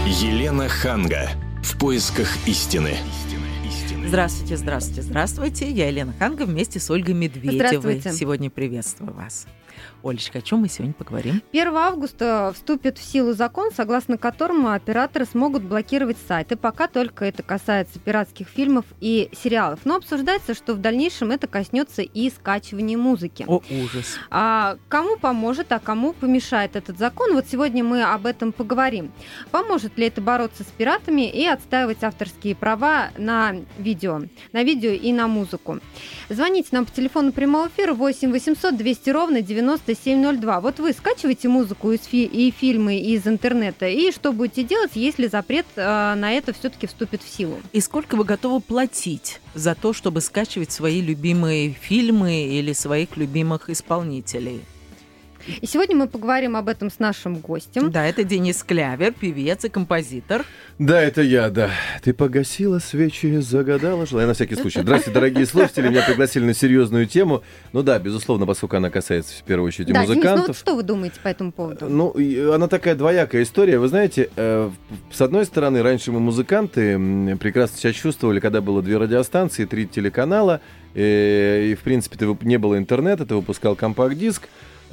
Елена Ханга. В поисках истины. Здравствуйте, здравствуйте, здравствуйте. Я Елена Ханга вместе с Ольгой Медведевой. Сегодня приветствую вас. Олечка, о чем мы сегодня поговорим? 1 августа вступит в силу закон, согласно которому операторы смогут блокировать сайты. Пока только это касается пиратских фильмов и сериалов. Но обсуждается, что в дальнейшем это коснется и скачивания музыки. О, ужас. Кому поможет, а кому помешает этот закон? Вот сегодня мы об этом поговорим. Поможет ли это бороться с пиратами и отстаивать авторские права на видео и на музыку? Звоните нам по телефону прямого эфира 8 800 200 ровно 9702. Вот вы скачиваете музыку и фильмы из интернета, и что будете делать, если запрет на это все-таки вступит в силу? И сколько вы готовы платить за то, чтобы скачивать свои любимые фильмы или своих любимых исполнителей? И сегодня мы поговорим об этом с нашим гостем. Да, это Денис Клявер, певец и композитор. Да, это я, да. Ты погасила свечи, загадала желание. На всякий случай. Здравствуйте, дорогие слушатели. Меня пригласили на серьезную тему. Ну да, безусловно, поскольку она касается в первую очередь музыкантов. Денис, вот что вы думаете по этому поводу? Ну, она такая двоякая история. Вы знаете, с одной стороны, раньше мы, музыканты, прекрасно себя чувствовали, когда было 2 радиостанции, 3 телеканала, и, в принципе, не было интернета, ты выпускал компакт-диск,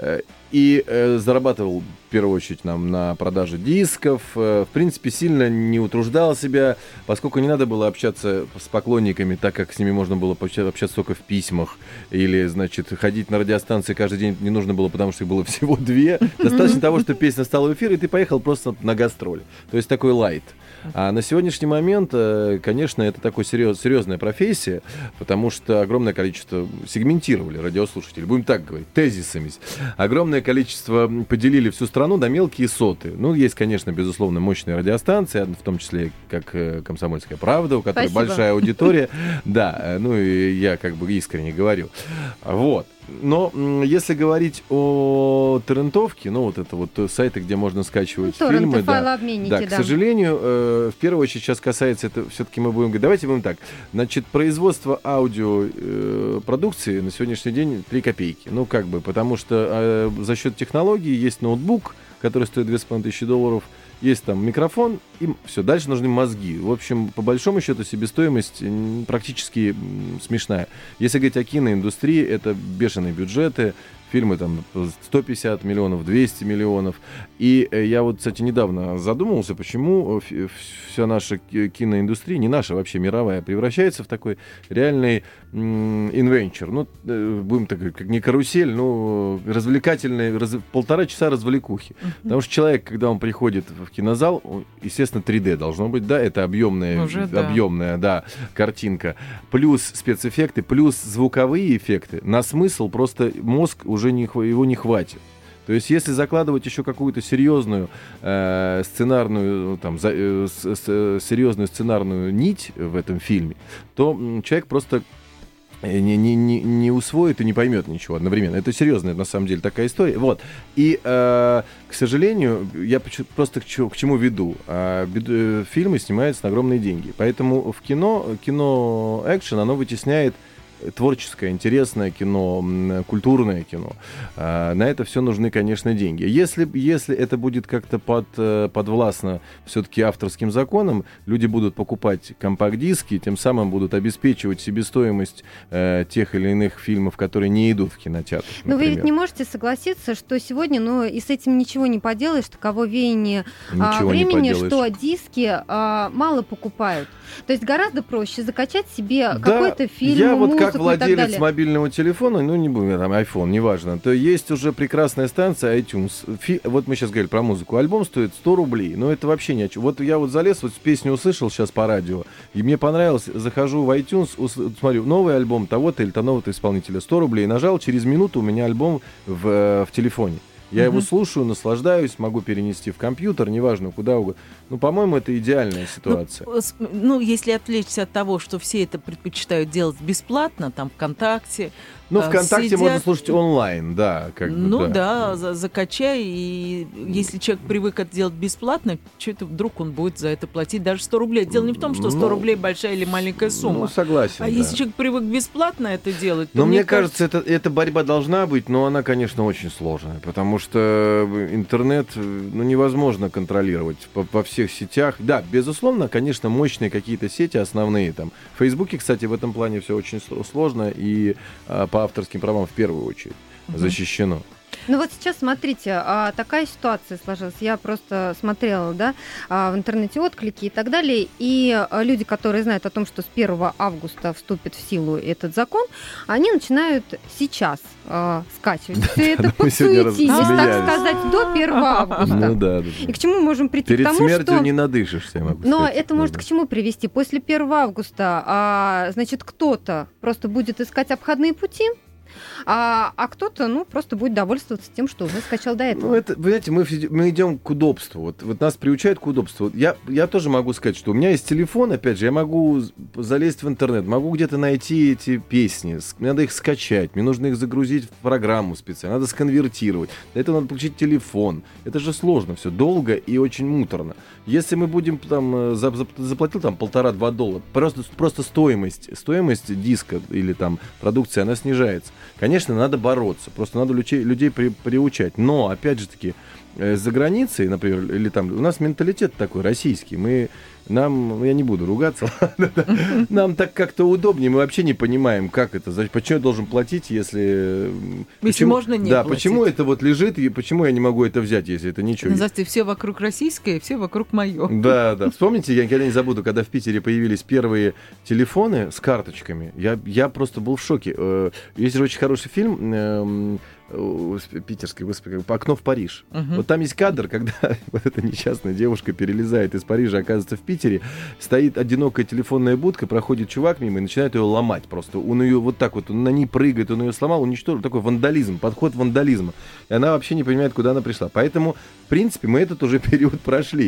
и зарабатывал, в первую очередь, на продаже дисков. В принципе, сильно не утруждал себя, поскольку не надо было общаться с поклонниками, так как с ними можно было общаться только в письмах. Или, значит, ходить на радиостанции каждый день не нужно было, потому что их было всего 2. Достаточно того, что песня стала в эфир, и ты поехал просто на гастроль. То есть такой лайт. А на сегодняшний момент, конечно, это такая серьезная профессия, потому что огромное количество сегментировали радиослушателей, будем так говорить, тезисами. Огромное количество поделили всю страну на мелкие соты. Ну, есть, конечно, безусловно, мощные радиостанции, в том числе как «Комсомольская правда», у которой большая аудитория. Да, ну и я как бы искренне говорю. Вот. Но если говорить о торрентовке, ну вот это вот сайты, где можно скачивать фильмы, файлообменники, к сожалению, в первую очередь сейчас касается это, все-таки мы будем говорить, давайте будем так, значит, производство аудиопродукции на сегодняшний день 3 копейки, ну как бы, потому что за счет технологий есть ноутбук, который стоит $2500, есть там микрофон, и все, дальше нужны мозги. В общем, по большому счету, себестоимость практически смешная. Если говорить о киноиндустрии, это бешеные бюджеты, фильмы там 150 миллионов, 200 миллионов. И я вот, кстати, недавно задумался, почему вся наша киноиндустрия, не наша, вообще мировая, превращается в такой реальный инвенчер. Ну, будем так говорить, как не карусель, но развлекательный, 1,5 часа развлекухи. Потому что человек, когда он приходит в кинозал, естественно, 3D должно быть, да, это объемная, картинка. Плюс спецэффекты, плюс звуковые эффекты. На смысл просто мозг уже его не хватит. То есть, если закладывать еще какую-то серьезную серьезную сценарную нить в этом фильме, то человек просто не усвоит и не поймет ничего одновременно. Это серьезная, на самом деле, такая история. Вот. И, к сожалению, я просто к чему веду? Фильмы снимаются на огромные деньги. Поэтому в кино экшен, оно вытесняет творческое, интересное кино, культурное кино. На это все нужны, конечно, деньги. Если это будет как-то подвластно все-таки авторским законам, люди будут покупать компакт-диски, тем самым будут обеспечивать себестоимость тех или иных фильмов, которые не идут в кинотеатр. Но вы ведь не можете согласиться, что сегодня, и с этим ничего не поделаешь, таково веяние времени, что диски мало покупают. То есть гораздо проще закачать себе какой-то фильм, я музыку, как владелец и так далее. мобильного телефона, не будем, там, iPhone, неважно, то есть уже прекрасная станция iTunes. Вот мы сейчас говорили про музыку. Альбом стоит 100 рублей, но это вообще ни о чем. Вот я залез, песню услышал сейчас по радио, и мне понравилось, захожу в iTunes, смотрю, новый альбом того-то или того-то исполнителя, 100 рублей, нажал, через минуту у меня альбом в телефоне. Я его слушаю, наслаждаюсь, могу перенести в компьютер, неважно, куда угодно. По-моему, это идеальная ситуация. Если отвлечься от того, что все это предпочитают делать бесплатно, там ВКонтакте, Ну, ВКонтакте сидят... можно слушать онлайн, да. Закачай, и если человек привык это делать бесплатно, что это вдруг он будет за это платить даже 100 рублей? Дело не в том, что 100 рублей большая или маленькая сумма. Ну, согласен, если человек привык бесплатно это делать, то но мне кажется, эта борьба должна быть, но она, конечно, очень сложная, потому что интернет невозможно контролировать по всех сетях. Да, безусловно, конечно, мощные какие-то сети основные. Там. В Фейсбуке, кстати, в этом плане все очень сложно и по авторским правам в первую очередь защищено. Ну вот сейчас, смотрите, такая ситуация сложилась. Я просто смотрела, да, в интернете отклики и так далее. И люди, которые знают о том, что с 1 августа вступит в силу этот закон, они начинают сейчас скачивать все это, подсуетились, так сказать, до 1 августа. И к чему мы можем прийти? Перед смертью не надышишься, я могу сказать. Но это может к чему привести? После 1 августа, значит, кто-то просто будет искать обходные пути, а кто-то, просто будет довольствоваться тем, что уже скачал до этого. Вы знаете, мы идем к удобству. Вот нас приучают к удобству. Я тоже могу сказать, что у меня есть телефон, опять же, я могу залезть в интернет, могу где-то найти эти песни, мне надо их скачать, мне нужно их загрузить в программу специально, надо сконвертировать. Для этого надо получить телефон. Это же сложно все, долго и очень муторно. Если мы будем там заплатил там $1,5-2, просто стоимость диска или там продукции, она снижается. Конечно, надо бороться, просто надо людей приучать. Но, опять же таки, за границей, например, или там, у нас менталитет такой российский, я не буду ругаться, нам так как-то удобнее, мы вообще не понимаем, как это, почему я должен платить, если можно не платить. Да, почему это вот лежит, и почему я не могу это взять, если это ничего. Знаете, все вокруг российское, все вокруг мое. Да. Вспомните, я никогда не забуду, когда в Питере появились первые телефоны с карточками, я просто был в шоке. Есть же очень хороший фильм, питерский, господи, «Окно в Париж». Вот там есть кадр, когда вот эта несчастная девушка перелезает из Парижа, оказывается в Питере, стоит одинокая телефонная будка, проходит чувак мимо и начинает ее ломать просто. Он ее вот так вот, он на ней прыгает, он ее сломал, уничтожил. Такой вандализм, подход вандализма. И она вообще не понимает, куда она пришла. Поэтому, в принципе, мы этот уже период прошли.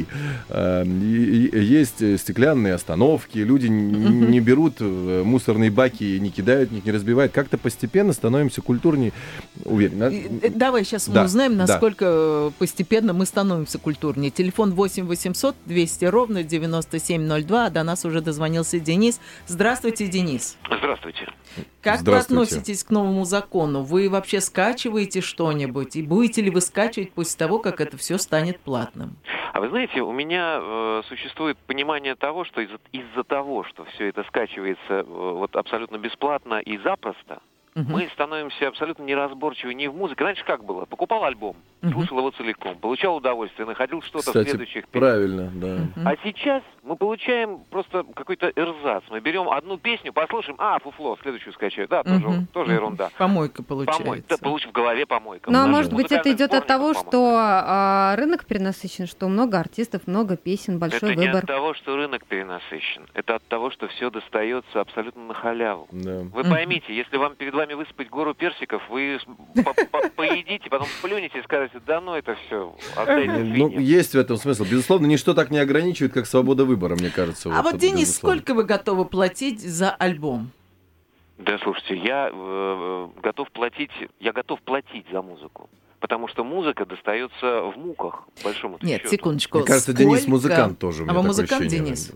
Есть стеклянные остановки, люди не берут мусорные баки, не кидают, не разбивают. Как-то постепенно становимся культурнее, уверен. Давай сейчас мы узнаем, насколько постепенно мы становимся культурнее. Телефон 8 800 200 ровно 9702. До нас уже дозвонился Денис. Здравствуйте, Денис. Здравствуйте. Как вы относитесь к новому закону? Вы вообще скачиваете что-нибудь? И будете ли вы скачивать после того, как это все станет платным? А вы знаете, у меня существует понимание того, что из-за того, что все это скачивается вот абсолютно бесплатно и запросто, мы становимся абсолютно неразборчивы ни в музыке. Раньше как было? Покупал альбом, слушал его целиком, получал удовольствие, находил что-то в следующих песнях. Правильно, да. А сейчас мы получаем просто какой-то эрзац. Мы берем одну песню, послушаем, фуфло, следующую скачаю. Да, тоже ерунда. Помойка получается. В голове помойка. Ну, а может быть, это идет от того, что рынок перенасыщен, что много артистов, много песен, большой выбор. Это не от того, что рынок перенасыщен. Это от того, что все достается абсолютно на халяву. Да. Вы поймите, если вам перед вами высыпать гору персиков, вы поедите, потом плюнете и скажете, да ну это все, отдайте свиньям. Есть в этом смысл. Безусловно, ничто так не ограничивает, как свобода выбора, мне кажется. А вот, Денис, сколько вы готовы платить за альбом? Да, слушайте, я готов платить за музыку. Потому что музыка достается в муках, большому счету. Нет, секундочку. Мне кажется, Денис музыкант тоже. А вы музыкант, Денис?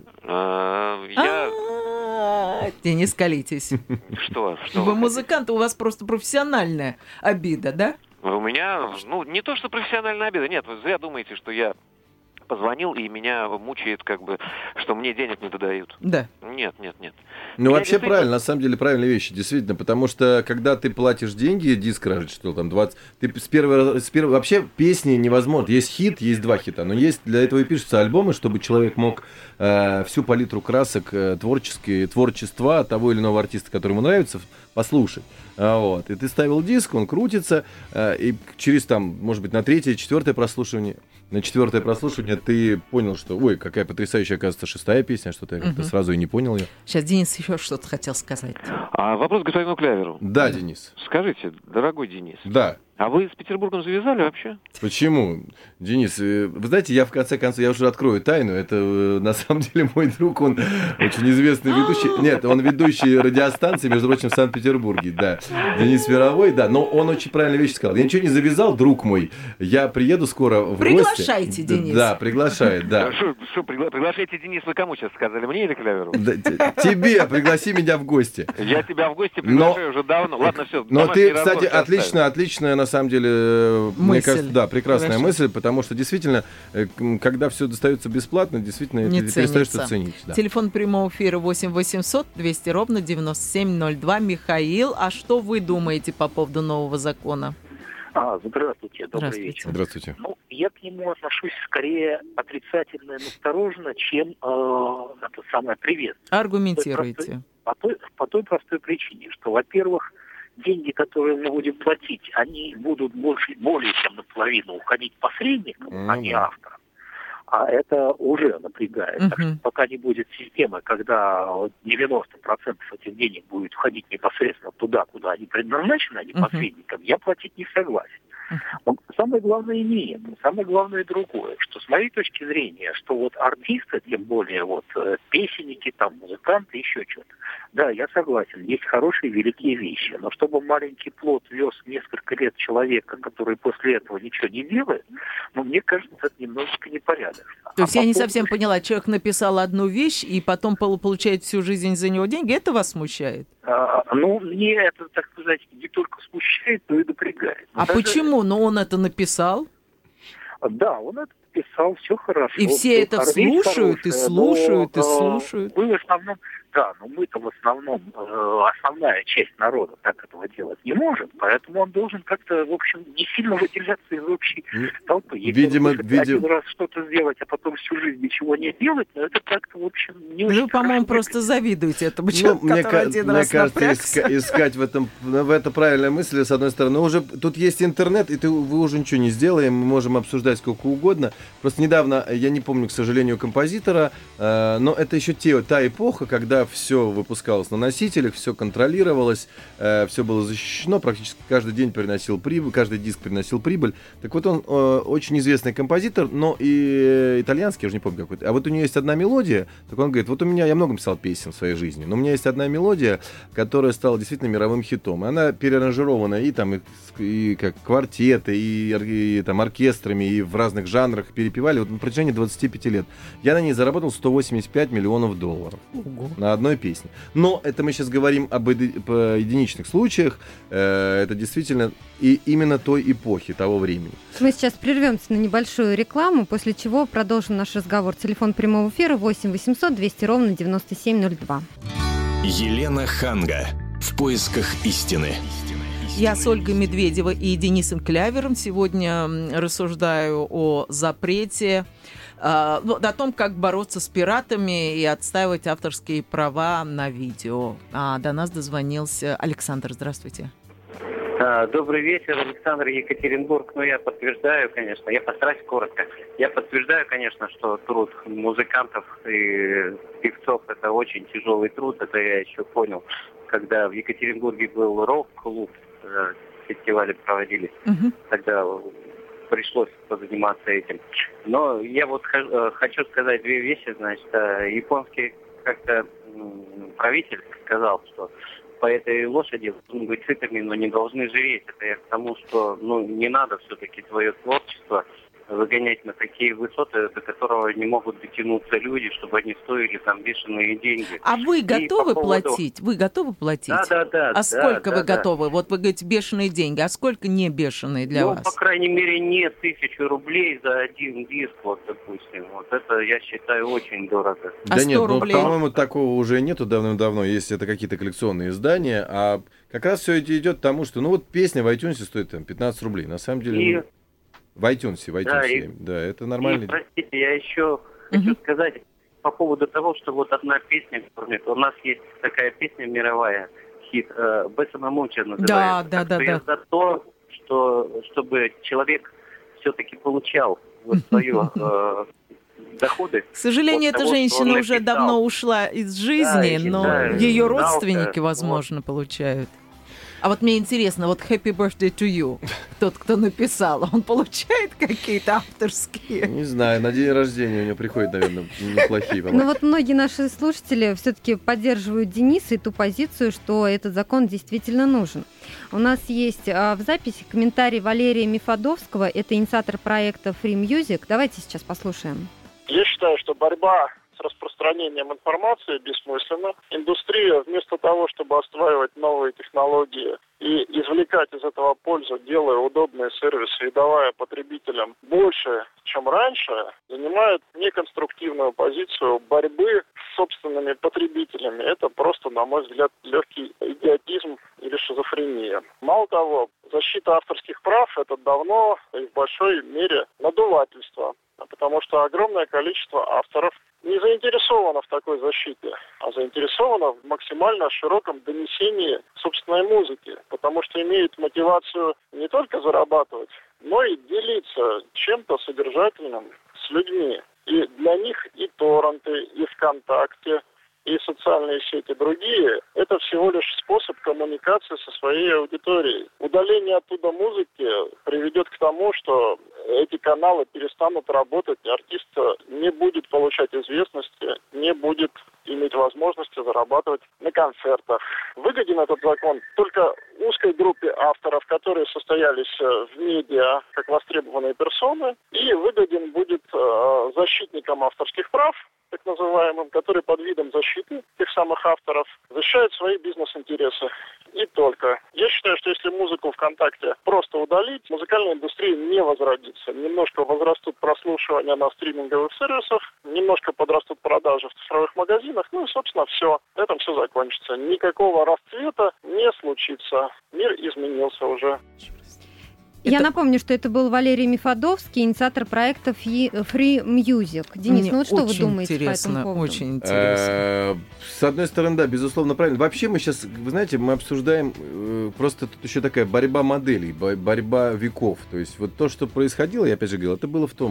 Денис, колитесь. Что? Вы музыкант, у вас просто профессиональная обида, да? У меня, не то, что профессиональная обида. Нет, вы зря думаете, что я позвонил, и меня мучает, что мне денег не додают. Да. Нет. Ну, вообще правильно, на самом деле правильные вещи, действительно, потому что, когда ты платишь деньги, диск, что там, 20, ты с первого, вообще песни невозможно. Есть хит, есть два хита, но есть для этого и пишутся альбомы, чтобы человек мог всю палитру красок творчества того или иного артиста, который ему нравится, послушать. И ты ставил диск, он крутится, и через может быть, на третье, четвертое прослушивание, ты понял, что, какая потрясающая, оказывается, шестая песня, что-то я как-то сразу и не понял ее. Сейчас Денис еще что-то хотел сказать. Вопрос к господину Кляверу. Да, Денис. Скажите, дорогой Денис. Да. А вы с Петербургом завязали вообще? Почему? Денис, вы знаете, я в конце концов, я уже открою тайну, это на самом деле мой друг, он очень известный ведущий, нет, он ведущий радиостанции, между прочим, в Санкт-Петербурге, да, Денис Мировой, да, но он очень правильную вещь сказал. Я ничего не завязал, друг мой, я приеду скоро в гости. Приглашайте, Денис. Да, приглашает, да. Приглашайте, Денис, вы кому сейчас сказали, мне или Кляверу? Тебе, пригласи меня в гости. Я тебя в гости приглашаю уже давно, ладно, все. Но ты, кстати, отличная, на самом деле, мне кажется, да, прекрасная мысль, потому что действительно, когда все достается бесплатно, действительно, не ты перестаешь это ценить. Да. Телефон прямого эфира 8 800 200 ровно 9702. Михаил, а что вы думаете по поводу нового закона? Здравствуйте, добрый вечер. Здравствуйте. Ну, я к нему отношусь скорее отрицательно и настороженно, чем приветствие. Аргументируйте. По той простой причине, что, во-первых, деньги, которые мы будем платить, они будут более чем наполовину уходить посредникам, а не авторам. А это уже напрягает. Так что пока не будет системы, когда 90% этих денег будет входить непосредственно туда, куда они предназначены, а не посредникам, я платить не согласен. Но самое главное не это. Самое главное другое, что с моей точки зрения, что вот артисты, тем более вот песенники, там, музыканты, еще что-то, да, я согласен, есть хорошие, великие вещи, но чтобы маленький плод вез несколько лет человека, который после этого ничего не делает, мне кажется, это немножечко непорядочно. То есть я не совсем поняла, человек написал одну вещь и потом получает всю жизнь за него деньги, это вас смущает? Мне это, так сказать, не только смущает, но и напрягает. А почему? Но он это написал? Да, он это написал, все хорошо. И все это слушают, и слушают, и слушают. Мы в основном, да, но мы-то в основном, основная часть народа так этого делать не может, поэтому он должен как-то, в общем, не сильно выделяться из общей толпы. Если видимо, один раз что-то сделать, а потом всю жизнь ничего не делать, но это как-то, в общем, не очень. Вы, по-моему, просто завидуете этому человеку, который один раз напрягся. Мне кажется, искать в это правильная мысль, с одной стороны. Уже тут есть интернет, и вы уже ничего не сделаем, мы можем обсуждать сколько угодно. Просто недавно, я не помню, к сожалению, композитора, но это еще та эпоха, когда все выпускалось на носителях, все контролировалось, все было защищено, практически каждый день приносил прибыль, каждый диск приносил прибыль. Так вот, он очень известный композитор, но и итальянский, я уже не помню какой-то. А вот у него есть одна мелодия, так он говорит, вот я много писал песен в своей жизни, но у меня есть одна мелодия, которая стала действительно мировым хитом. Она переаранжирована и как квартеты, и там оркестрами, и в разных жанрах перепевали вот на протяжении 25 лет. Я на ней заработал $185 миллионов. Ого. На одной песне. Но это мы сейчас говорим об единичных случаях. Это действительно и именно той эпохи, того времени. Мы сейчас прервемся на небольшую рекламу, после чего продолжим наш разговор. Телефон прямого эфира 8 800 200 ровно 9702. Елена Ханга. В поисках истины. Я с Ольгой Медведевой и Денисом Клявером сегодня рассуждаю о запрете, о том, как бороться с пиратами и отстаивать авторские права на видео. До нас дозвонился Александр. Здравствуйте. Добрый вечер, Александр, Екатеринбург. Я подтверждаю, конечно, я постараюсь коротко. Я подтверждаю, конечно, что труд музыкантов и певцов – это очень тяжелый труд. Это я еще понял, когда в Екатеринбурге был рок-клуб, фестивали проводились. Тогда пришлось позаниматься этим. Но я вот хочу сказать две вещи. Значит, японский как-то правитель сказал, что по этой лошади должны быть сытыми, но не должны жиреть. Это я к тому, что не надо все-таки твое творчество загонять на такие высоты, до которого не могут дотянуться люди, чтобы они стоили там бешеные деньги. А вы готовы платить? Вы готовы платить? Да. А сколько вы готовы? Вот вы говорите, бешеные деньги. А сколько не бешеные для вас? По крайней мере, не 1000 рублей за один диск, вот, допустим. Вот это, я считаю, очень дорого. Да нет, по-моему, такого уже нету давным-давно, если это какие-то коллекционные издания. А как раз все это идет к тому, что, песня в iTunes стоит там 15 рублей. На самом деле... В iTunes, да, это нормально. Простите, я еще хочу сказать по поводу того, что вот одна песня, у нас есть такая песня мировая, хит, «Бесама Муча» называется. Да. Я за то, чтобы человек все-таки получал свои доходы. К сожалению, эта женщина уже давно ушла из жизни, но ее родственники, возможно, получают. А вот мне интересно, вот Happy Birthday to You, тот, кто написал, он получает какие-то авторские? Не знаю, на день рождения у него приходят, наверное, неплохие. Ну вот многие наши слушатели все-таки поддерживают Дениса и ту позицию, что этот закон действительно нужен. У нас есть в записи комментарий Валерия Мифодовского, это инициатор проекта Free Music. Давайте сейчас послушаем. Я считаю, что борьба с распространением информации бессмысленна. Индустрия вместо того, чтобы осваивать новые технологии и извлекать из этого пользу, делая удобные сервисы и давая потребителям больше, чем раньше, занимает неконструктивную позицию борьбы с собственными потребителями. Это просто, на мой взгляд, легкий идиотизм или шизофрения. Мало того, защита авторских прав – это давно и в большой мере надувательство, потому что огромное количество авторов не заинтересовано в такой защите, а заинтересовано в максимально широком донесении собственной музыки, потому что имеет мотивацию не только зарабатывать, но и делиться чем-то содержательным с людьми. И для них и торренты, и ВКонтакте, и социальные сети другие – это всего лишь способ коммуникации со своей аудиторией. Удаление оттуда музыки приведет к тому, что эти каналы перестанут работать, артист не будет получать известности, не будет иметь возможности зарабатывать на концертах. Выгоден этот закон только узкой группе авторов, которые состоялись в медиа как востребованные персоны, и выгоден будет защитникам авторских прав, так называемым, которые под видом защиты тех самых авторов защищают свои бизнес-интересы. И только. Я считаю, что если музыку ВКонтакте просто удалить, музыкальная индустрия не возродится. Немножко возрастут прослушивания на стриминговых сервисах, немножко подрастут продажи в цифровых магазинах, ну и, собственно, все. На этом все закончится. Никакого расцвета не случится. Мир изменился уже. Я напомню, что это был Валерий Мифодовский, инициатор проекта Free Music. Денис, Мне ну вот что вы думаете по этому поводу? Очень интересно. С одной стороны, да, безусловно, правильно. Вообще мы сейчас, вы знаете, мы обсуждаем просто тут еще такая борьба моделей, борьба веков. То есть вот то, что происходило, я опять же говорил, это было в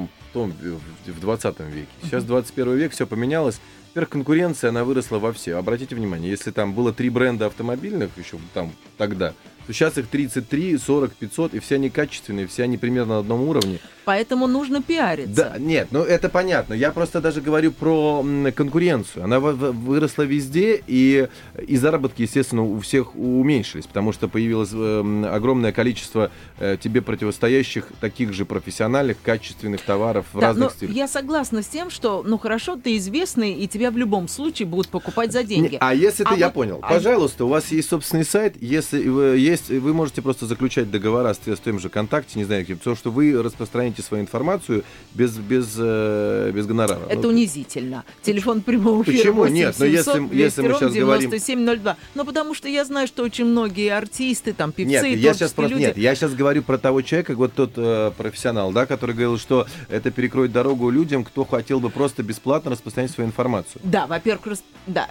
20 веке. Сейчас 21 век, все поменялось. Во-первых, конкуренция, она выросла во все. Обратите внимание, если там было 3 бренда автомобильных еще там тогда, то сейчас их 33, 40, 500, и все они качественные, все они примерно на одном уровне. Поэтому нужно пиариться. Да, нет, ну это понятно. Я просто даже говорю про конкуренцию. Она выросла везде, и заработки, естественно, у всех уменьшились, потому что появилось огромное количество тебе противостоящих таких же профессиональных, качественных товаров в разных стилях. Я согласна с тем, что, хорошо, ты известный, и тебя в любом случае будут покупать за деньги. А если ты, я понял, пожалуйста, у вас есть собственный сайт, если вы можете просто заключать договора с тем же ВКонтакте, не знаю, потому что вы распространяете свою информацию без гонорара. Это унизительно. Телефон прямого эфира. Почему? Нет, но если мы сейчас говорим... 9702. Потому что я знаю, что очень многие артисты, там, певцы, Нет, я сейчас говорю про того человека, вот тот профессионал, да, который говорил, что это перекроет дорогу людям, кто хотел бы просто бесплатно распространять свою информацию. Да, во-первых,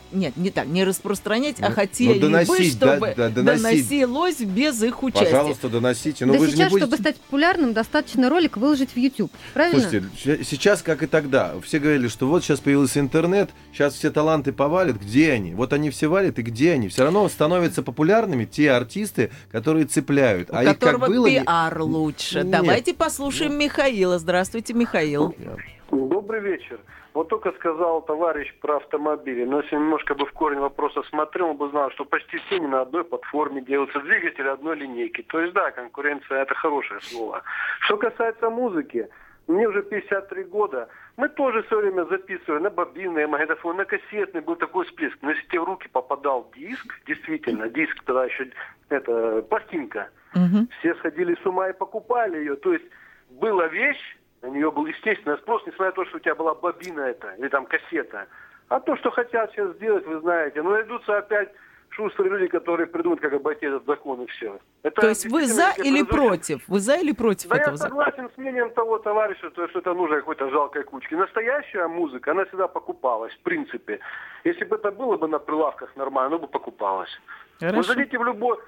не распространять, а хотели бы, чтобы доносилось без их участия. Пожалуйста, доносите. Но вы сейчас, чтобы стать популярным, достаточно ролик выложить в YouTube, правильно? Слушайте, сейчас, как и тогда, все говорили, что вот сейчас появился интернет, сейчас все таланты повалят, где они? Вот они все валят, и где они? Все равно становятся популярными те артисты, которые цепляют. У которого пиар лучше. Нет. Давайте послушаем Михаила. Здравствуйте, Михаил. Добрый вечер. Вот только сказал товарищ про автомобили, но если немножко бы в корень вопроса смотрел, он бы знал, что почти все не на одной платформе делаются двигатели одной линейки. То есть, да, конкуренция – это хорошее слово. Что касается музыки, мне уже 53 года. Мы тоже все время записывали на бобинные, магнитофон, на кассетный, был такой всплеск. Но если тебе в руки попадал диск, действительно, диск тогда еще, пластинка, все сходили с ума и покупали ее. То есть, была вещь, на нее был естественный спрос, несмотря на то, что у тебя была бобина или там кассета. А то, что хотят сейчас сделать, вы знаете, найдутся опять шустрые люди, которые придумают, как обойти этот закон и все. То есть вы за или против? Вы за или против этого закона? Я согласен с мнением того товарища, что это нужно какой-то жалкой кучке. Настоящая музыка, она всегда покупалась, в принципе. Если бы это было бы на прилавках нормально, оно бы покупалось. Вы зайдите в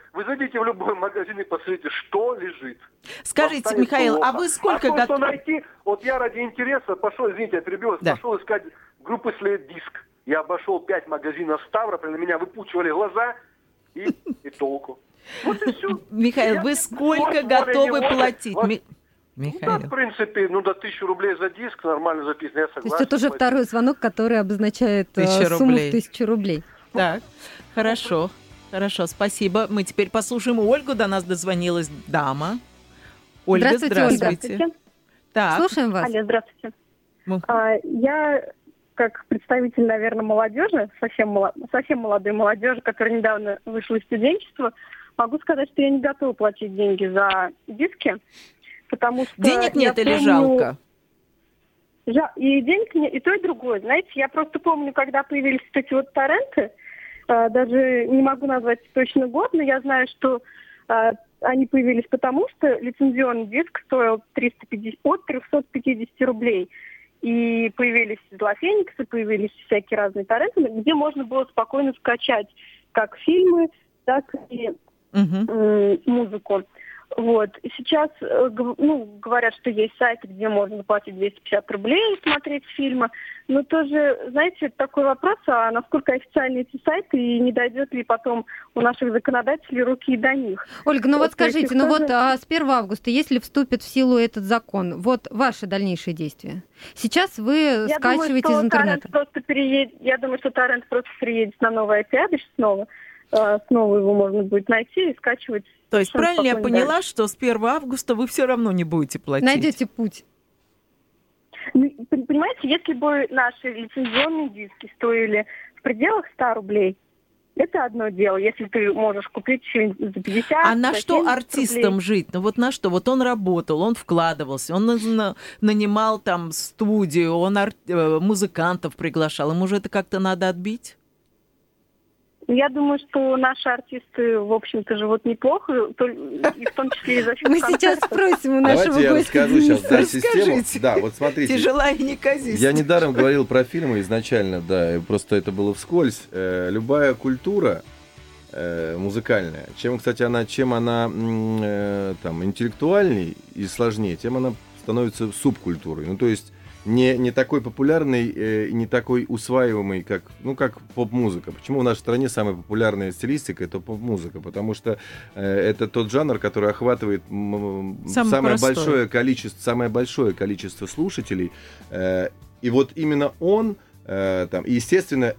любой магазин и посмотрите, что лежит. Скажите, Михаил, плохо. А вы сколько... А то, что найти, вот я ради интереса пошел, извините, я перебил, пошел искать группы Slade Disc. Я обошел 5 магазинов Ставрополя, на меня выпучивали глаза и толку. Вот и все. Михаил, вы сколько готовы платить? Михаил. Ну, да, в принципе, до 1000 рублей за диск нормально записано, я согласен. То есть это уже второй звонок, который обозначает сумму в 1000 рублей. Так, хорошо, спасибо. Мы теперь послушаем Ольгу, до нас дозвонилась дама. Ольга, здравствуйте. Так. Слушаем вас. Алло, здравствуйте. Я, как представитель, наверное, молодежи, совсем молодой молодежи, которая недавно вышла из студенчества, могу сказать, что я не готова платить деньги за диски, потому что... Денег нет или жалко? И денег нет, и то, и другое. Знаете, я просто помню, когда появились эти вот торренты, даже не могу назвать точно год, но я знаю, что они появились потому, что лицензионный диск стоил от 350 рублей. И появились злофениксы, появились всякие разные торренты, где можно было спокойно скачать как фильмы, так и музыку. Вот. И сейчас говорят, что есть сайты, где можно платить 250 рублей и смотреть фильмы. Но тоже, знаете, такой вопрос, а насколько официальны эти сайты и не дойдет ли потом у наших законодателей руки до них. Ольга, вот скажите, с 1 августа, если вступит в силу этот закон, вот ваши дальнейшие действия? Сейчас вы скачиваете из интернета. Я думаю, что торрент просто переедет на новый IP-адрес снова. Снова его можно будет найти и скачивать. То есть правильно я поняла, что с 1 августа вы все равно не будете платить? Найдете путь. Понимаете, если бы наши лицензионные диски стоили в пределах 100 рублей, это одно дело, если ты можешь купить фильм за 50. А на что артистам рублей жить? Ну вот на что? Вот он работал, он вкладывался, он нанимал там студию, он музыкантов приглашал. Ему же это как-то надо отбить? Я думаю, что наши артисты, в общем-то, живут неплохо, и в том числе и за счет Мы сейчас спросим у нашего гостя. Давайте я расскажу сейчас систему. Да, вот смотрите. Тяжела и неказиста. Я недаром говорил про фильмы изначально, да, просто это было вскользь. Любая культура музыкальная, чем она там интеллектуальней и сложнее, тем она становится субкультурой. Ну, то есть не такой популярный и не такой усваиваемый, как поп-музыка. Почему в нашей стране самая популярная стилистика — это поп-музыка? Потому что это тот жанр, который охватывает самое большое количество слушателей. И вот именно он, и, естественно,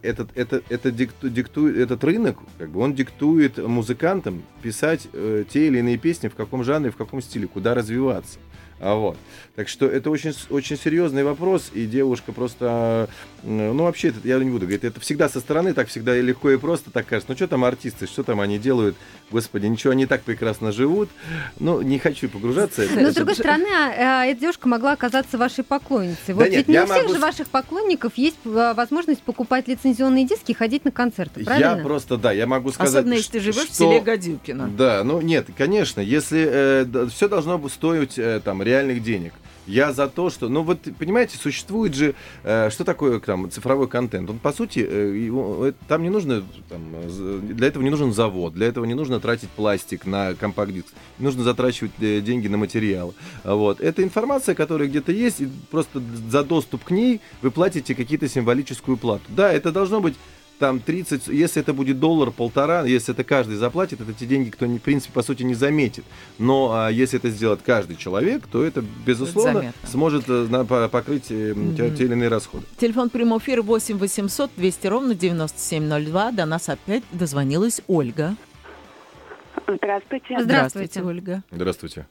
этот рынок, он диктует музыкантам писать те или иные песни, в каком жанре, в каком стиле, куда развиваться. Вот. Так что это очень, очень серьезный вопрос, и девушка просто, вообще, это, я не буду говорить, это всегда со стороны, так всегда и легко и просто так кажется. Что там артисты, что там они делают, господи, ничего, они так прекрасно живут. Не хочу погружаться. Но с другой стороны, эта девушка могла оказаться вашей поклонницей. Вот ведь не у всех же ваших поклонников есть возможность покупать лицензионные диски и ходить на концерты, правильно? Я могу сказать, особенно если ты живешь в селе Гадюкино. Да, нет, конечно, если все должно стоить реальных денег. Я за то, что... понимаете, существует же... что такое цифровой контент? Он, по сути, там не нужно... для этого не нужен завод, для этого не нужно тратить пластик на компакт-диск, не нужно затрачивать деньги на материал. Вот. Это информация, которая где-то есть, и просто за доступ к ней вы платите какую-то символическую плату. Да, это должно быть 30, если это будет $1-1.5, если это каждый заплатит, это те деньги, кто, в принципе, по сути, не заметит. Но если это сделает каждый человек, то это, безусловно, сможет покрыть те или иные расходы. Телефон прямого эфира 8 800 200 ровно 9702. До нас опять дозвонилась Ольга. Здравствуйте. Здравствуйте, Ольга. Здравствуйте.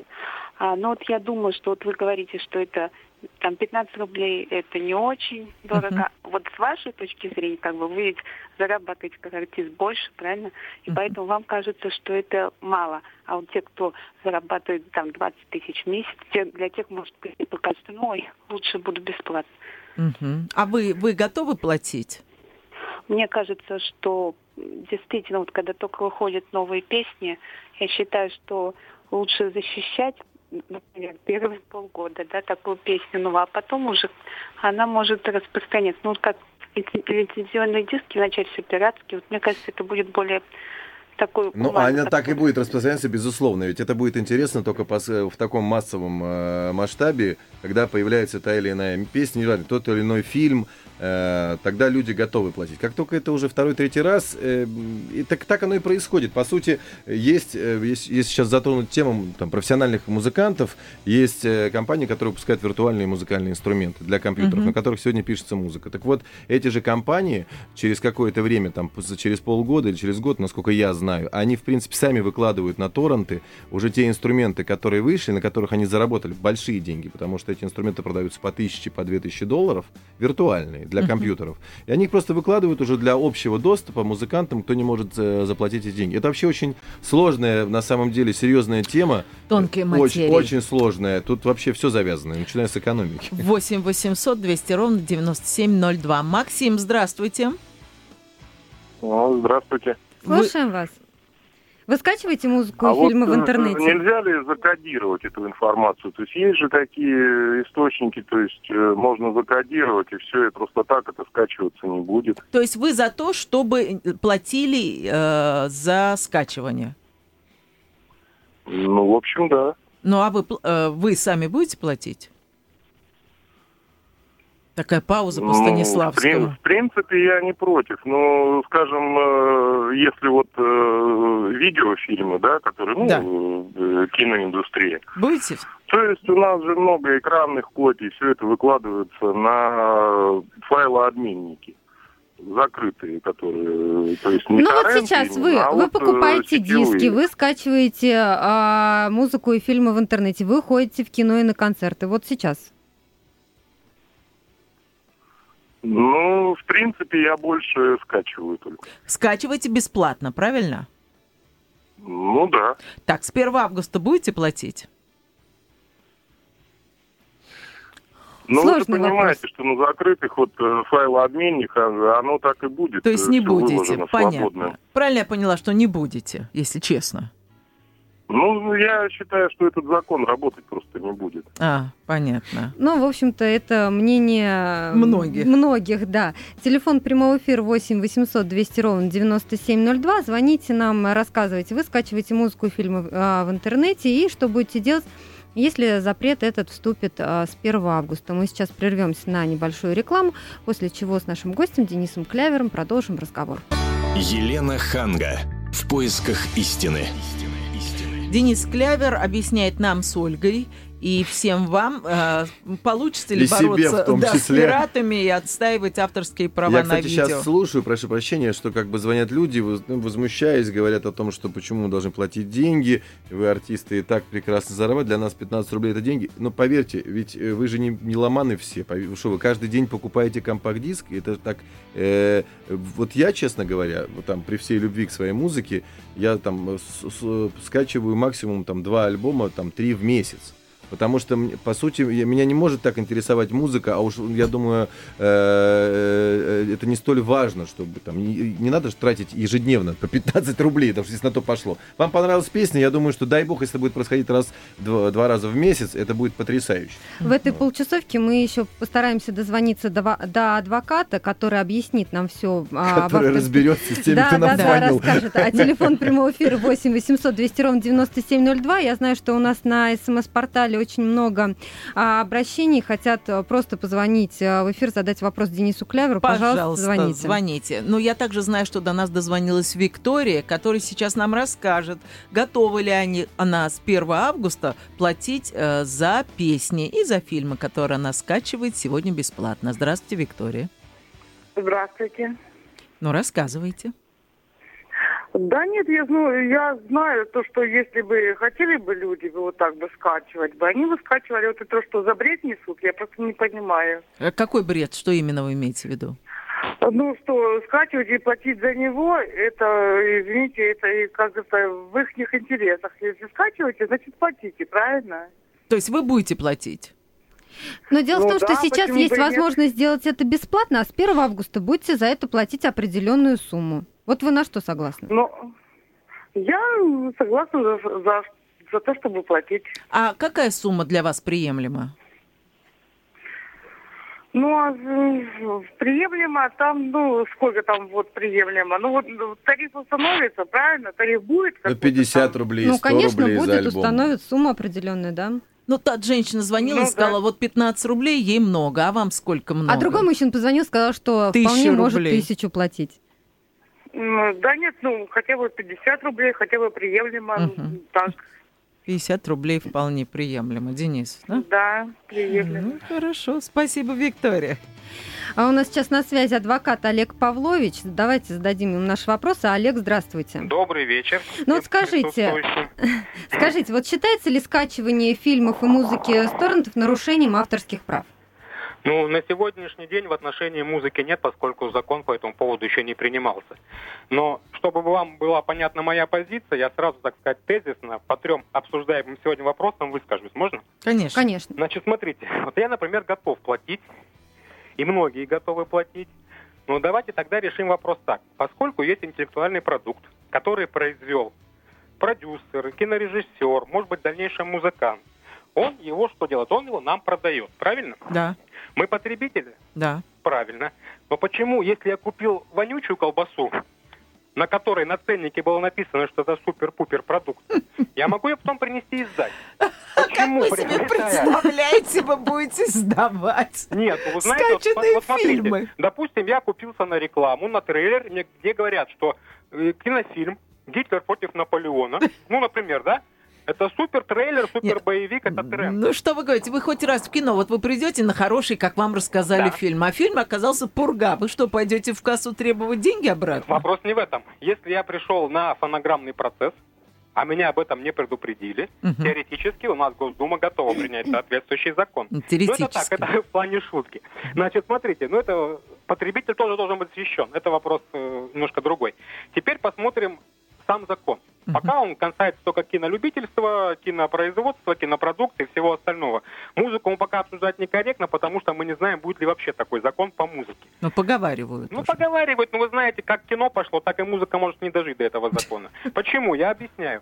Я думаю, что вы говорите, что это 15 рублей это не очень дорого. Вот с вашей точки зрения, вы ведь зарабатываете как артист больше, правильно? И поэтому вам кажется, что это мало. А вот те, кто зарабатывает 20 тысяч в месяц, для тех, может быть, покажется, лучше буду бесплатно. А вы готовы платить? Мне кажется, что действительно, когда только выходят новые песни, я считаю, что лучше защищать, например, первые полгода, такую песню, а потом уже она может распространяться. Как лицензионные диски, начать все пиратские, мне кажется, это будет более такой... Она так и будет распространяться, безусловно, ведь это будет интересно только в таком массовом масштабе, когда появляется та или иная песня, тот или иной фильм, тогда люди готовы платить. Как только это уже второй-третий раз, и так оно и происходит. По сути, если сейчас затронуть тему там, профессиональных музыкантов, есть компании, которые выпускают виртуальные музыкальные инструменты для компьютеров, на которых сегодня пишется музыка. Так вот, эти же компании через какое-то время, там, через полгода или через год, насколько я знаю, они, в принципе, сами выкладывают на торренты уже те инструменты, которые вышли, на которых они заработали большие деньги, потому что эти инструменты продаются по 1000, по 2000 долларов, виртуальные, для компьютеров. И они их просто выкладывают уже для общего доступа музыкантам, кто не может заплатить эти деньги. Это вообще очень сложная, на самом деле, серьезная тема. Тонкая материя. Очень сложная. Тут вообще все завязано, начиная с экономики. 8 800 200 ровно 9702. Максим, здравствуйте. Здравствуйте. Слушаем вас. Вы скачиваете музыку и фильмы в интернете? Нельзя ли закодировать эту информацию? То есть же такие источники, то есть можно закодировать, и все, и просто так это скачиваться не будет. То есть вы за то, чтобы платили за скачивание? Ну, в общем, да. Ну, а вы сами будете платить? Такая пауза по Станиславскому. В принципе, я не против. Но, скажем, если вот видеофильмы, да, которые, киноиндустрия. Будете? То есть у нас же много экранных копий, все это выкладывается на файлообменники закрытые, которые, то есть не торренты, вот сейчас вы покупаете диски, вы скачиваете музыку и фильмы в интернете, вы ходите в кино и на концерты. Вот сейчас. Ну, в принципе, я больше скачиваю только. Скачиваете бесплатно, правильно? Ну, да. Так, с 1 августа будете платить? Ну, Сложный вы же понимаете, вопрос. что на закрытых вот файлообменниках оно так и будет. То есть не будете, выложено понятно. Свободно. Правильно я поняла, что не будете, если честно? Ну, я считаю, что этот закон работать просто не будет. Понятно. Ну, в общем-то, это мнение многих, да. Телефон прямого эфира 8 800 200 ровно 9702. Звоните нам, рассказывайте. Вы скачиваете музыку и фильмы в интернете, и что будете делать, если запрет этот вступит с 1 августа. Мы сейчас прервемся на небольшую рекламу, после чего с нашим гостем Денисом Клявером продолжим разговор. Елена Ханга. В поисках истины. Денис Клявер объясняет нам с Ольгой и всем вам, получится ли и бороться с пиратами и отстаивать авторские права на видео. Я, кстати, сейчас слушаю, прошу прощения, что как бы звонят люди, возмущаясь, говорят о том, что почему мы должны платить деньги, вы, артисты, и так прекрасно зарабатываете, для нас 15 рублей это деньги. Но поверьте, ведь вы же не ломаны все, что вы каждый день покупаете компакт-диск, это так... вот я, честно говоря, вот там при всей любви к своей музыке, я там скачиваю максимум там 2 альбома, там 3 в месяц. Потому что, по сути, меня не может так интересовать музыка, а уж, я думаю, это не столь важно, чтобы там не надо же тратить ежедневно по 15 рублей, потому что если на то пошло. Вам понравилась песня, я думаю, что, дай бог, если это будет происходить два раза в месяц, это будет потрясающе. В этой полчасовке мы еще постараемся дозвониться до адвоката, который объяснит нам все. Который разберется с теми, кто нам звонил. Да, расскажет. А телефон прямого эфира 8 800 200 ровно 9702. Я знаю, что у нас на СМС-портале очень много обращений, хотят просто позвонить в эфир, задать вопрос Денису Кляверу. Пожалуйста, звоните. Но я также знаю, что до нас дозвонилась Виктория, которая сейчас нам расскажет, готовы ли она с 1 августа платить за песни и за фильмы, которые она скачивает сегодня бесплатно. Здравствуйте, Виктория. Здравствуйте. Ну, рассказывайте. Да нет, я знаю то, что если бы хотели бы люди вот так бы скачивать бы, они бы скачивали вот это, что за бред несут, я просто не понимаю. Какой бред? Что именно вы имеете в виду? Ну, что скачивать и платить за него, это, извините, это как-то в их интересах. Если скачиваете, значит платите, правильно? То есть вы будете платить? Но дело в том, что сейчас есть возможность сделать это бесплатно, а с 1 августа будете за это платить определенную сумму. Вот вы на что согласны? Ну, я согласна за то, чтобы платить. А какая сумма для вас приемлема? Ну, приемлемо, там, сколько там вот приемлемо? Ну, вот тариф установится, правильно? Тариф будет? 50 рублей, 100 конечно, рублей за альбом. будет установить сумма определенная, да? Ну, та женщина звонила и сказала, вот 15 рублей ей много, а вам сколько много? А другой мужчина позвонил, сказал, что 1000 вполне может рублей. 1000 платить. Да нет, хотя бы 50 рублей, хотя бы приемлемо. Так. 50 рублей вполне приемлемо. Денис, да? Да, приемлемо. Ну, хорошо. Спасибо, Виктория. А у нас сейчас на связи адвокат Олег Павлович. Давайте зададим ему наши вопросы. Олег, здравствуйте. Добрый вечер. Ну вот скажите, вот считается ли скачивание фильмов и музыки с торрентов нарушением авторских прав? Ну, на сегодняшний день в отношении музыки нет, поскольку закон по этому поводу еще не принимался. Но, чтобы вам была понятна моя позиция, я сразу, так сказать, тезисно по 3 обсуждаемым сегодня вопросам выскажусь. Можно? Конечно. Конечно. Значит, смотрите, вот я, например, готов платить, и многие готовы платить. Но давайте тогда решим вопрос так. Поскольку есть интеллектуальный продукт, который произвел продюсер, кинорежиссер, может быть, в дальнейшем музыкант, он его что делает? Он его нам продает, правильно? Да. Мы потребители? Да. Правильно. Но почему, если я купил вонючую колбасу, на которой на ценнике было написано, что это супер-пупер продукт, я могу ее потом принести и сдать? Почему? Как вы себе представляете, вы будете сдавать? Нет, вы знаете, вот смотрите, фильмы. Допустим, я купился на рекламу, на трейлер, где говорят, что кинофильм «Гитлер против Наполеона», ну, например, да? Это супер трейлер, супер боевик, это тренд. Ну что вы говорите, вы хоть раз в кино, вот вы придете на хороший, как вам рассказали, фильм, а фильм оказался пурга. Вы что, пойдете в кассу требовать деньги обратно? Вопрос не в этом. Если я пришел на фонограммный процесс, а меня об этом не предупредили, теоретически у нас Госдума готова принять соответствующий закон. Теоретически. Ну это так, это в плане шутки. Значит, смотрите, это потребитель тоже должен быть защищен. Это вопрос немножко другой. Теперь посмотрим сам закон. Пока он касается только кинолюбительства, кинопроизводства, кинопродукции и всего остального. Музыку мы пока обсуждать некорректно, потому что мы не знаем, будет ли вообще такой закон по музыке. Ну, поговаривают. Поговаривают, но вы знаете, как кино пошло, так и музыка может не дожить до этого закона. Почему? Я объясняю.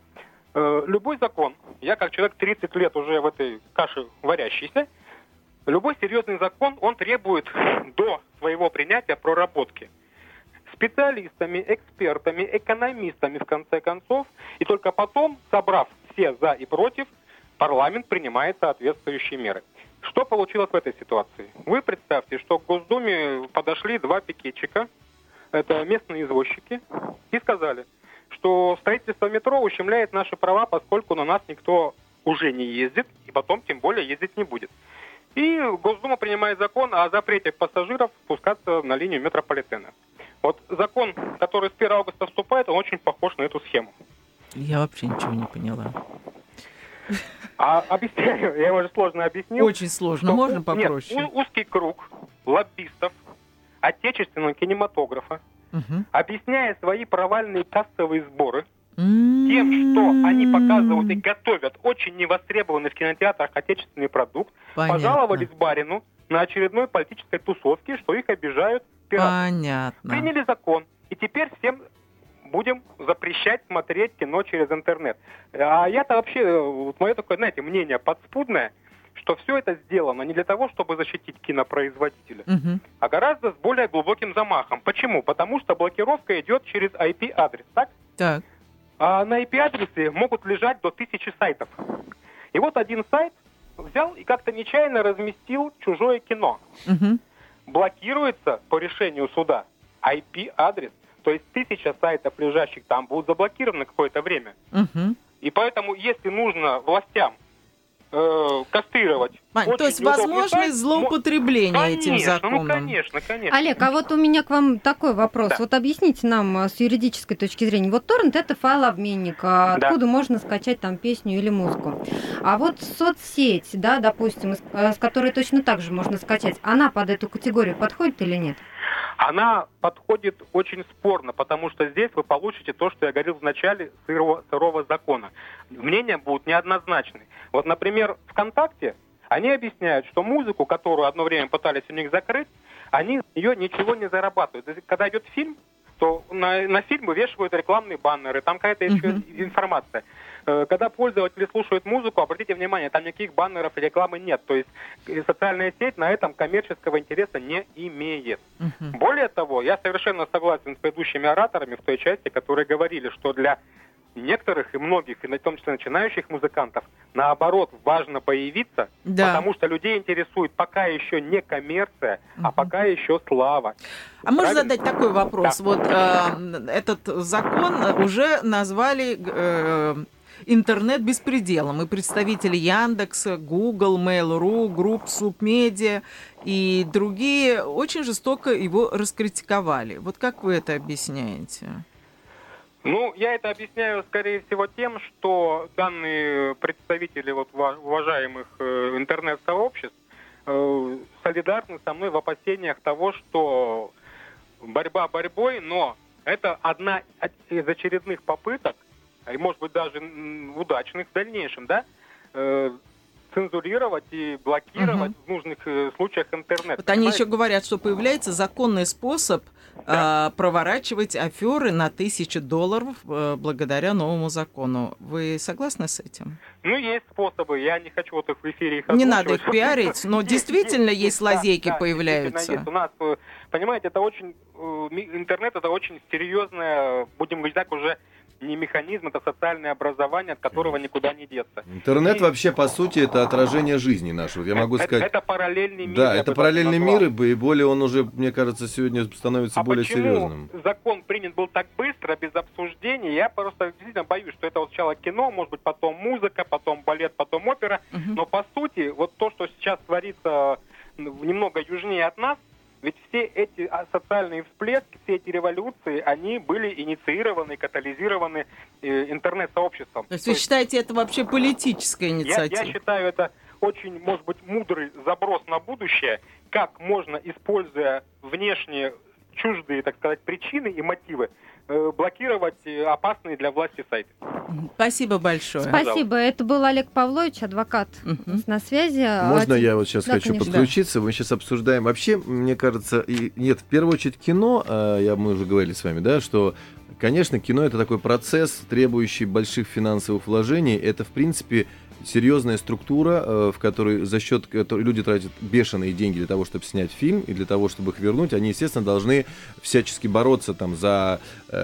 Любой закон, я как человек 30 лет уже в этой каше варящийся, любой серьезный закон, он требует до своего принятия проработки. Специалистами, экспертами, экономистами, в конце концов, и только потом, собрав все за и против, парламент принимает соответствующие меры. Что получилось в этой ситуации? Вы представьте, что к Госдуме подошли 2 пикетчика, это местные извозчики, и сказали, что строительство метро ущемляет наши права, поскольку на нас никто уже не ездит, и потом тем более ездить не будет. И Госдума принимает закон о запрете пассажиров спускаться на линию метрополитена. Вот закон, который с 1 августа вступает, он очень похож на эту схему. Я вообще ничего не поняла. Объясняю, я уже сложно объяснил. Очень сложно, можно попроще? Нет, узкий круг лоббистов отечественного кинематографа, объясняя свои провальные кассовые сборы тем, что они показывают и готовят очень невостребованный в кинотеатрах отечественный продукт, пожаловались барину на очередной политической тусовке, что их обижают пираты. Понятно. Приняли закон, и теперь всем будем запрещать смотреть кино через интернет. А я-то вообще, мое такое, знаете, мнение подспудное, что все это сделано не для того, чтобы защитить кинопроизводителя, а гораздо с более глубоким замахом. Почему? Потому что блокировка идет через IP-адрес, так? Так. А на IP-адресе могут лежать до 1000 сайтов. И вот один сайт взял и как-то нечаянно разместил чужое кино. Блокируется по решению суда IP-адрес, то есть 1000 сайтов, лежащих там, будут заблокированы какое-то время. И поэтому, если нужно властям кастрировать... То есть возможность злоупотребления этим законом. Ну, конечно. Олег, а вот у меня к вам такой вопрос. Да. Вот объясните нам с юридической точки зрения. Вот торрент — это файлообменник, откуда можно скачать там песню или музыку. А вот соцсеть, да, допустим, с которой точно так же можно скачать, она под эту категорию подходит или нет? Она подходит очень спорно, потому что здесь вы получите то, что я говорил в начале сырого закона. Мнения будут неоднозначны. Вот, например, ВКонтакте они объясняют, что музыку, которую одно время пытались у них закрыть, они с нее ничего не зарабатывают. Когда идет фильм, то на фильм вывешивают рекламные баннеры, там какая-то еще информация. Когда пользователи слушают музыку, обратите внимание, там никаких баннеров и рекламы нет. То есть социальная сеть на этом коммерческого интереса не имеет. Более того, я совершенно согласен с предыдущими ораторами в той части, которые говорили, что для некоторых и многих, и в том числе начинающих музыкантов, наоборот, важно появиться, потому что людей интересует пока еще не коммерция, а пока еще слава. А можно задать такой вопрос? Да. Вот этот закон уже назвали интернет-беспределом, и представители Яндекса, Google, Mail.ru, групп Субмедиа и другие очень жестоко его раскритиковали. Вот как вы это объясняете? Ну, я это объясняю, скорее всего, тем, что данные представители вот уважаемых интернет-сообществ солидарны со мной в опасениях того, что борьба борьбой, но это одна из очередных попыток, и, может быть, даже удачных в дальнейшем, да, цензурировать и блокировать в нужных случаях интернет. Вот они еще говорят, что появляется законный способ проворачивать аферы на $1000 благодаря новому закону. Вы согласны с этим? Ну, есть способы. Я не хочу вот их в эфире их озвучивать. Не надо их пиарить, но действительно есть лазейки появляются. Есть. У нас, понимаете, это очень... Интернет — это очень серьезное, будем говорить так, уже не механизм, это социальное образование, от которого никуда не деться. Интернет вообще, по сути, это отражение жизни нашего. Я могу сказать... Это параллельный мир. Да, это параллельный мир, и более он уже, мне кажется, сегодня становится более серьезным. Почему закон принят был так быстро, без обсуждений? Я просто действительно боюсь, что это вот сначала кино, может быть, потом музыка, потом балет, потом опера. Но, по сути, вот то, что сейчас творится немного южнее от нас, ведь все эти социальные всплески, все эти революции, они были инициированы, катализированы интернет-сообществом. То есть вы считаете, это вообще политическая инициатива? Я считаю, это очень, может быть, мудрый заброс на будущее, как можно, используя внешние чуждые, так сказать, причины и мотивы, блокировать опасные для власти сайты. Спасибо большое. Спасибо. Это был Олег Павлович, адвокат на связи. Можно я вот сейчас хочу подключиться? Мы сейчас обсуждаем. Вообще, мне кажется, нет, в первую очередь кино, мы уже говорили с вами, да, что, конечно, кино — это такой процесс, требующий больших финансовых вложений. Это, в принципе, серьезная структура, в которой за счет которой люди тратят бешеные деньги для того, чтобы снять фильм, и для того, чтобы их вернуть, они, естественно, должны всячески бороться за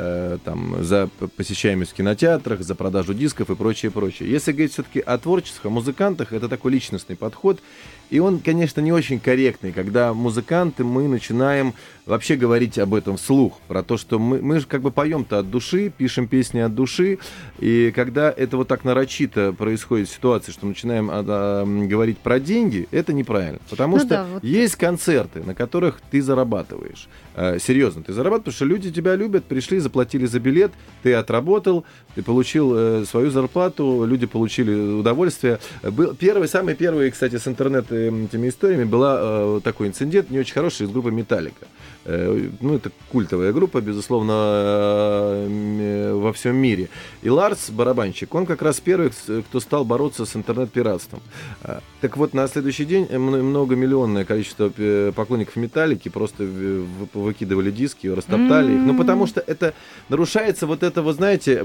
посещаемость в кинотеатрах, за продажу дисков и прочее, прочее. Если говорить все-таки о творчестве, о музыкантах, это такой личностный подход, и он, конечно, не очень корректный, когда музыканты, мы начинаем вообще говорить об этом вслух, про то, что мы же как бы поем-то от души, пишем песни от души, и когда это вот так нарочито происходит ситуация, что мы начинаем говорить про деньги, это неправильно, потому что есть концерты, на которых ты зарабатываешь, серьезно, ты зарабатываешь, потому что люди тебя любят, пришли, заплатили за билет, ты отработал, ты получил свою зарплату, люди получили удовольствие. Самый первый, кстати, с интернета этими историями была такой инцидент, не очень хороший, из группы «Металлика». Это культовая группа, безусловно, во всем мире. И Ларс, барабанщик, он как раз первый, кто стал бороться с интернет-пиратством. Так вот, на следующий день многомиллионное количество поклонников «Металлики» просто выкидывали диски, растоптали их. Потому что это нарушается вот это, вы знаете,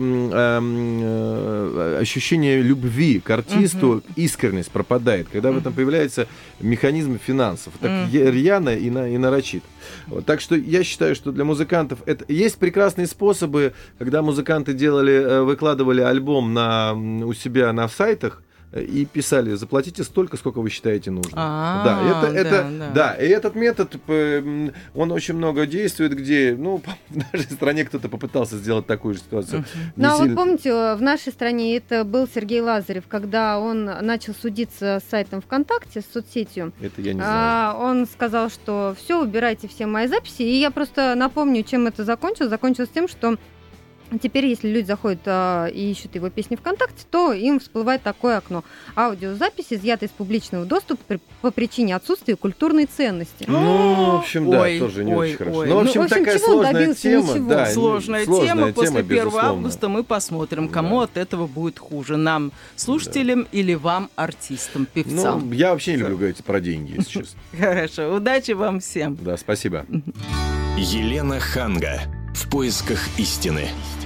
ощущение любви к артисту, искренность пропадает, когда в этом появляется механизм финансов. Так рьяно и нарочит. Так что я считаю, что для музыкантов есть прекрасные способы, когда музыканты выкладывали альбом у себя на сайтах и писали: заплатите столько, сколько вы считаете нужным. Да, и этот метод, он очень много действует, где, в нашей стране кто-то попытался сделать такую же ситуацию. Вот помните, в нашей стране это был Сергей Лазарев, когда он начал судиться с сайтом ВКонтакте, с соцсетью. Это я не знаю. Он сказал, что все, убирайте все мои записи. И я просто напомню, чем это закончилось. Закончилось тем, что теперь, если люди заходят и ищут его песни ВКонтакте, то им всплывает такое окно: аудиозапись изъята из публичного доступа по причине отсутствия культурной ценности. В общем, тоже не очень хорошо. В общем, такая сложная тема. Сложная тема. После 1 августа мы посмотрим, кому от этого будет хуже. Нам, слушателям, или вам, артистам, певцам. Я вообще не люблю говорить про деньги, если честно. Хорошо. Удачи вам всем. Да, спасибо. Елена Ханга. В поисках истины.